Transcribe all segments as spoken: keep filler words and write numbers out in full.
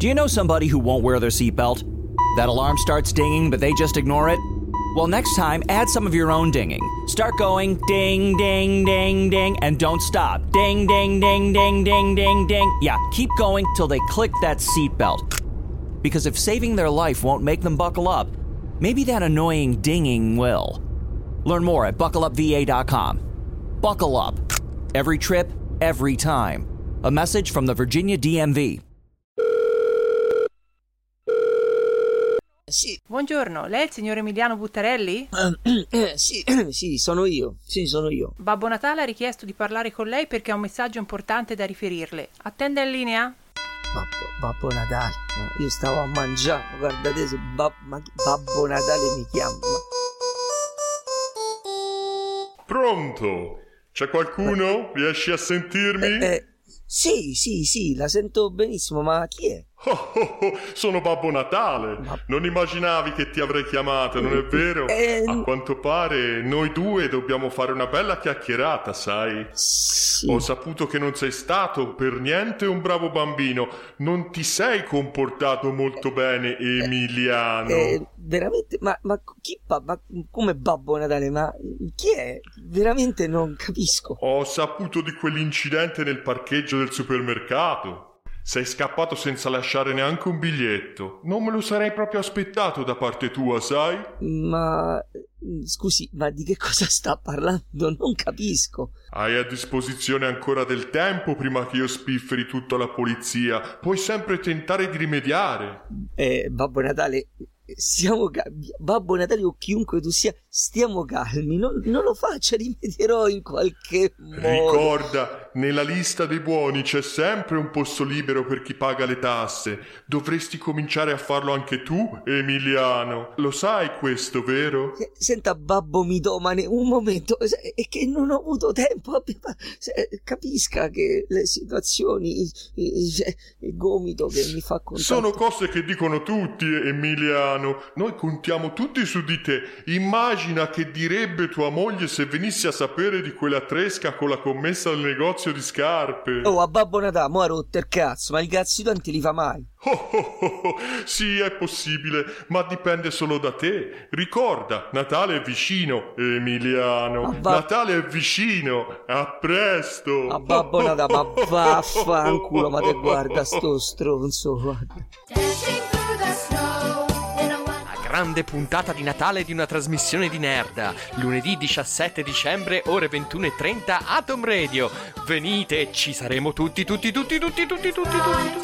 Do you know somebody who won't wear their seatbelt? That alarm starts dinging, but they just ignore it? Well, next time, add some of your own dinging. Start going ding, ding, ding, ding, and don't stop. Ding, ding, ding, ding, ding, ding, ding. Yeah, keep going till they click that seatbelt. Because if saving their life won't make them buckle up, maybe that annoying dinging will. Learn more at buckle up v a dot com. Buckle up. Every trip, every time. A message from the Virginia D M V. Sì. Buongiorno, lei è il signor Emiliano Buttarelli? Uh, eh, sì, sì, sono io. Sì, sono io. Babbo Natale ha richiesto di parlare con lei perché ha un messaggio importante da riferirle. Attende in linea? Babbo, Babbo Natale, io stavo a mangiare, guardate se Bab, ma, Babbo Natale mi chiama. Pronto? C'è qualcuno? Riesci a sentirmi? Eh, eh, sì, sì, sì, la sento benissimo, ma chi è? Oh, oh, oh, sono Babbo Natale. Non immaginavi che ti avrei chiamato, non è vero? Eh, A quanto pare noi due dobbiamo fare una bella chiacchierata, sai? Sì. Ho saputo che non sei stato per niente un bravo bambino. Non ti sei comportato molto bene, Emiliano. Eh, eh, veramente? Ma, ma chi ma come Babbo Natale? Ma chi è? Veramente non capisco. Ho saputo di quell'incidente nel parcheggio del supermercato. Sei scappato senza lasciare neanche un biglietto. Non me lo sarei proprio aspettato da parte tua, sai? Ma scusi, ma di che cosa sta parlando? Non capisco. Hai a disposizione ancora del tempo prima che io spifferi tutto alla polizia. Puoi sempre tentare di rimediare. Eh, Babbo Natale, siamo calmi. Babbo Natale o chiunque tu sia, stiamo calmi. Non, non lo faccia, rimedierò in qualche modo. Ricorda, nella lista dei buoni c'è sempre un posto libero per chi paga le tasse. Dovresti cominciare a farlo anche tu, Emiliano. Lo sai questo, vero? Senta, Babbo Mitomane, un momento, è che non ho avuto tempo. Capisca che le situazioni, il, il gomito che mi fa contatto. Sono cose che dicono tutti, Emiliano. Noi contiamo tutti su di te. Immagina che direbbe tua moglie se venisse a sapere di quella tresca con la commessa del negozio di scarpe. Oh, a Babbo Natale, mo' ha rotto il cazzo, ma i cazzi tanti li fa mai. Oh, oh, oh, oh. Sì, è possibile, ma dipende solo da te. Ricorda, Natale è vicino, Emiliano. Ba- Natale è vicino. A presto. A Babbo Natale, ma vaffanculo, ma te guarda sto stronzo, guarda. Grande puntata di Natale di una trasmissione di Nerda. Lunedì diciassette dicembre, ore ventuno e trenta, Atom Radio. Venite, ci saremo tutti, tutti, tutti, tutti, tutti, tutti, tutti.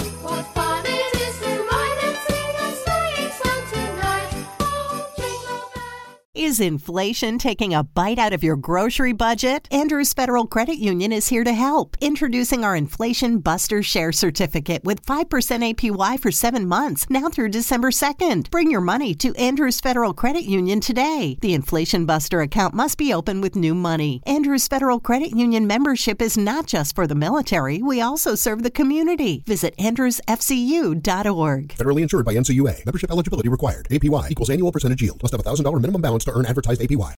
Is inflation taking a bite out of your grocery budget? Andrews Federal Credit Union is here to help. Introducing our Inflation Buster Share Certificate with five percent A P Y for seven months, now through December second. Bring your money to Andrews Federal Credit Union today. The Inflation Buster account must be opened with new money. Andrews Federal Credit Union membership is not just for the military. We also serve the community. Visit andrews f c u dot org. Federally insured by N C U A. Membership eligibility required. A P Y equals annual percentage yield. Must have a one thousand dollars minimum balance to earn advertised A P Y.